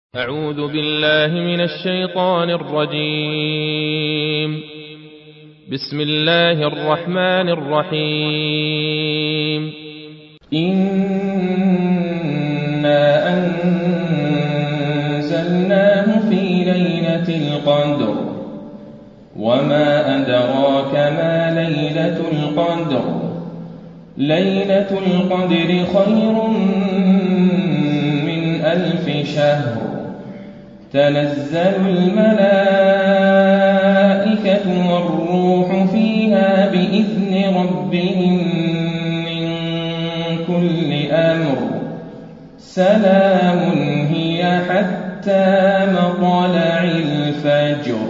أعوذ بالله من الشيطان الرجيم. بسم الله الرحمن الرحيم. إنا أنزلناه في ليلة القدر وما أدراك ما ليلة القدر ليلة القدر خير من 1000 شهر تنزل الملائكة والروح فيها بإذن ربهم من كل أمر سلام هي حتى مطلع الفجر.